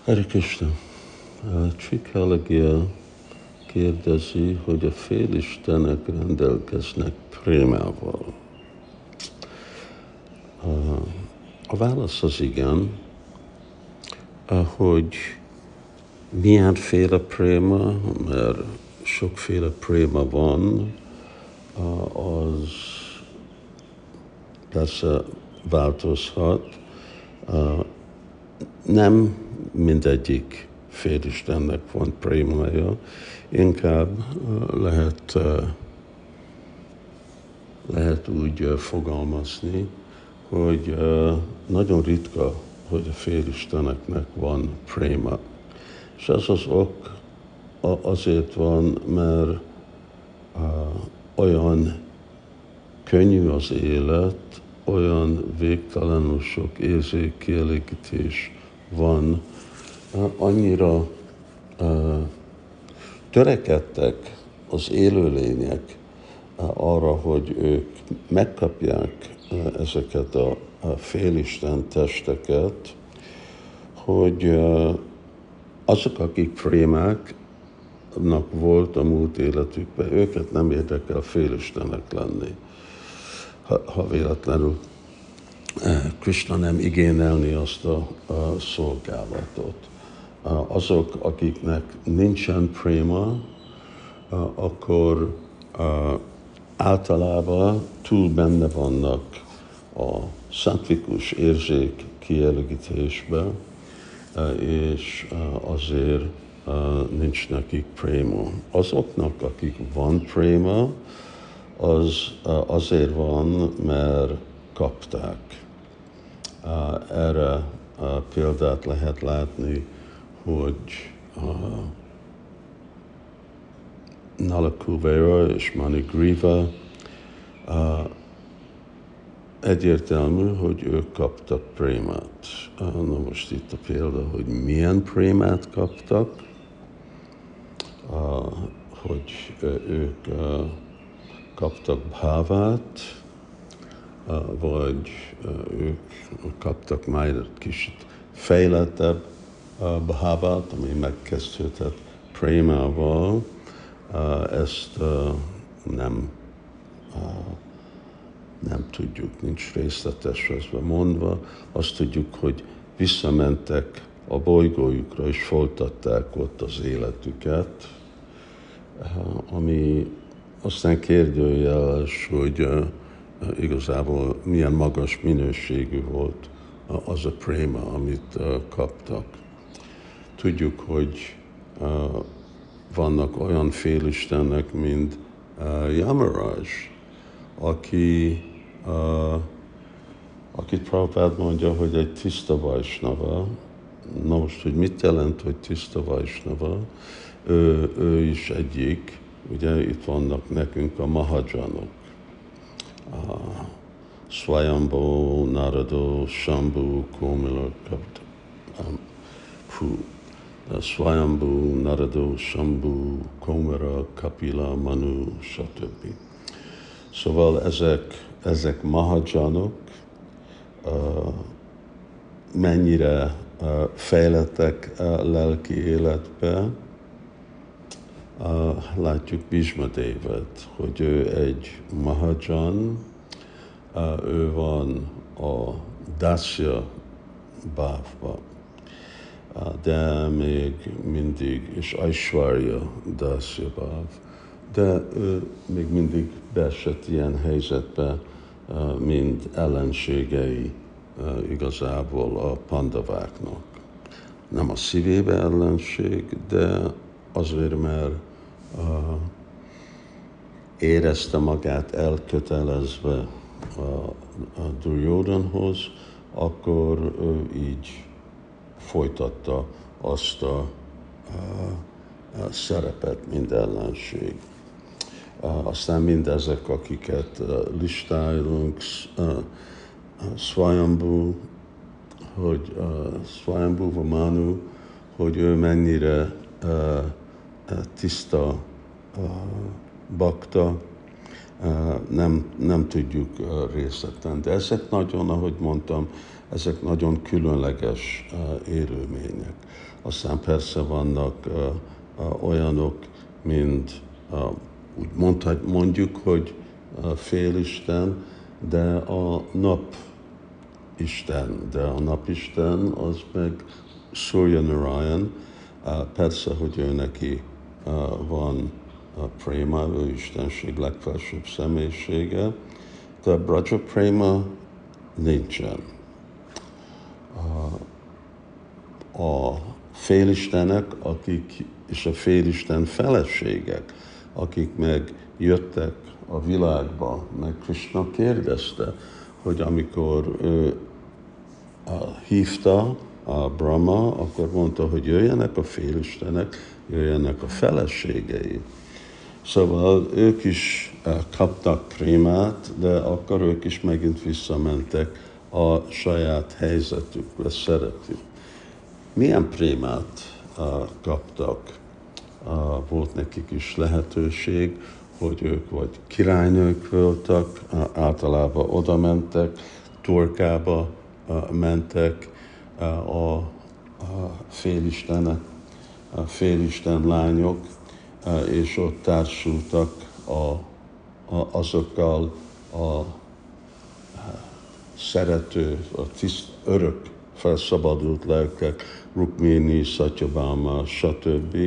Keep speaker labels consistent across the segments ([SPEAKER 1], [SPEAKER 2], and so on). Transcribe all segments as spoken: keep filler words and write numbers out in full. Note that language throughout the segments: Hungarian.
[SPEAKER 1] Hare Krishna. Csikalagia kérdezi, hogy a félistenek rendelkeznek prémával. A válasz az igen, hogy milyenféle préma, mert sokféle préma van, az persze változhat. Nem mindegyik félistennek van prémája, inkább lehet, lehet úgy fogalmazni, hogy nagyon ritka, hogy a félisteneknek van préma. És ez az ok azért van, mert olyan könnyű az élet, olyan végtelenül sok érzékkielégítés van, annyira uh, törekedtek az élőlények uh, arra, hogy ők megkapják uh, ezeket a, a félisten testeket, hogy uh, azok, akik prémáknak volt a múlt életükben, őket nem érdekel félistenek lenni. Ha, ha véletlenül Krishna nem igényelni azt a, a szolgálatot. Azok, akiknek nincsen préma, akkor általában túl benne vannak a szatvikus érzék kielégítésben, és azért nincs nekik préma. Azoknak, akik van préma, az azért van, mert kapták. Erre példát lehet látni, hogy Nala Kuvera és Manigriva egyértelmű, hogy ők kaptak prémát. Na most itt a példa, hogy milyen prémát kaptak, hogy ők kaptak bhávát, vagy ők kaptak majd kicsit fejlettebb bhávát, ami megkezdődhet prémával, ezt nem, nem tudjuk, nincs részletesre mondva. Azt tudjuk, hogy visszamentek a bolygójukra, és folytatták ott az életüket, ami aztán kérdőjeles, hogy igazából milyen magas minőségű volt az a préma, amit kaptak. Tudjuk, hogy vannak olyan félistenek, mint Yamaraj, aki, akit Prabhupád mondja, hogy egy tiszta Vaisnava. Na most, hogy mit jelent, hogy tiszta Vaisnava? Ő, ő is egyik, ugye itt vannak nekünk a Mahajanok. Uh, Swayambhu, Narado, Shambhu, Komila, um, fú, uh, Swayambhu, Narado, Shambhu, Komila, Kapila, Manu, stb. Szóval ezek, ezek Mahajanok uh, mennyire uh, fejlettek uh, lelki életbe. Uh, látjuk Bhishmadevet, hogy ő egy Mahajan, uh, ő van a Dasya bhávba, uh, de még mindig, és Aishwarya Dasya bháv, de ő még mindig beesett ilyen helyzetbe, uh, mint ellenségei uh, igazából a pandaváknak. Nem a szívébe ellenség, de azért, mert uh, érezte magát elkötelezve a, a Duryodhanhoz, akkor ő így folytatta azt a, a, a szerepet, mint ellenség. Uh, aztán mindezek, akiket uh, listálunk, uh, uh, Swayambhu, hogy uh, Swayambhu Manu, hogy ő mennyire uh, tiszta uh, bakta, nem, nem tudjuk részletlen. De ezek nagyon, ahogy mondtam, ezek nagyon különleges élőmények. Aztán persze vannak olyanok, mint úgy mondhat, mondjuk, hogy félisten, de a napisten, de a napisten az meg Surya Narayan, persze, hogy ő neki van Prema, ő Istenség legfelsőbb személyisége, de Braja Prema nincsen. A félistenek, akik, és a félisten feleségek, akik meg jöttek a világba, meg Krishna kérdezte, hogy amikor ő hívta a Brahma, akkor mondta, hogy jöjjenek a félistenek, jöjjenek a feleségei. Szóval ők is kaptak prémát, de akkor ők is megint visszamentek a saját helyzetükbe, szeretük. Milyen prémát kaptak? Volt nekik is lehetőség, hogy ők vagy királynők voltak, általában oda mentek, Torkába mentek a félistenek, a félisten lányok, és ott társultak a, a, azokkal a szerető, a tiszt, örök felszabadult lelkek, Rukmini, Satyabhama, stb.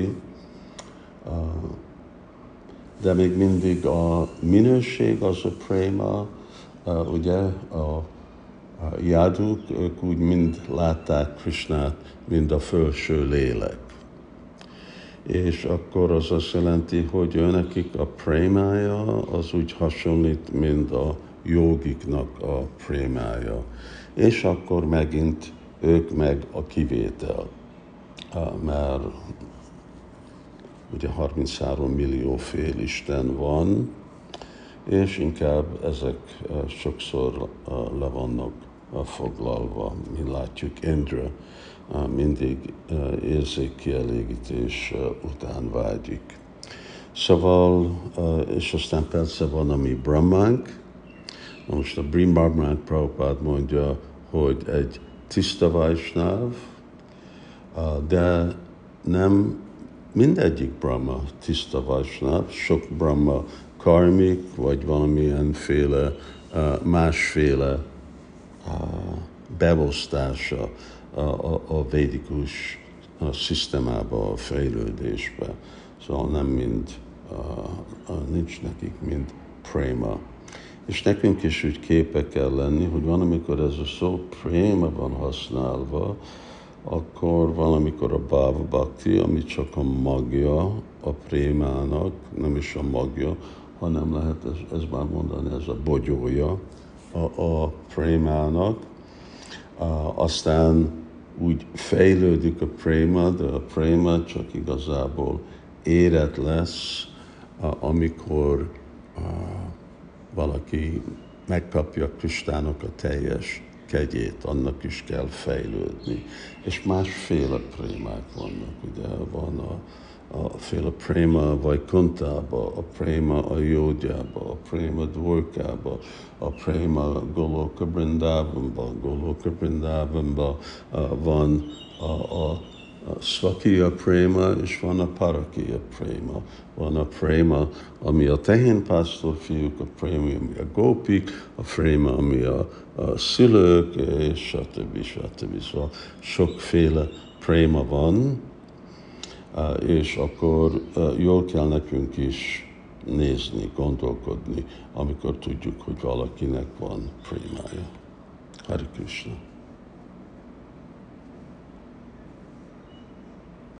[SPEAKER 1] De még mindig a minőség az a préma, ugye a jáduk, ők úgy mind látták Krishnát, mind a felső lélek. És akkor az azt jelenti, hogy ő nekik a prémája az úgy hasonlít, mint a jogiknak a prémája. És akkor megint ők meg a kivétel, mert ugye harminchárom millió félisten van, és inkább ezek sokszor le vannak foglalva. Mi látjuk, Indra mindig érzékkielégítés után vágyik. Szóval, és aztán persze van a mi Brahmánk. Most a Brahmánk Prabhupád mondja, hogy egy tiszta Vaisnáv, de nem mindegyik Brahma tiszta Vaisnáv, sok Brahma karmik, vagy valamilyenféle másféle beosztása a, a, a védikus a szisztémába, a fejlődésbe. Szóval nem mind, a, a, nincs nekik mind préma. És nekünk is úgy képek kell lenni, hogy van, amikor ez a szó préma van használva, akkor valamikor a bhava bhakti, ami csak a magja a prémának, nem is a magja, hanem lehet ez, ez már mondani, ez a bogyója a, a prémának. Uh, aztán úgy fejlődik a préma, de a préma csak igazából érett lesz, uh, amikor uh, valaki megkapja Kristának a teljes kegyét, annak is kell fejlődni. És másféle prémák vannak, ugye van a, a féle préma Vaikuntába, a préma a Jógyába, a préma Dvorkába, a préma Goloka Brindavanba, Goloka Brindavanba van a, a, a Svakiya préma, és van a Parakiya préma. Van a préma, ami a tehénpásztor fiúk, a préma, ami a gópik, a préma, ami a, a szülők, és stb. stb. Szóval sokféle préma van, és akkor jól kell nekünk is nézni, gondolkodni, amikor tudjuk, hogy valakinek van prémája. Hare Krishna.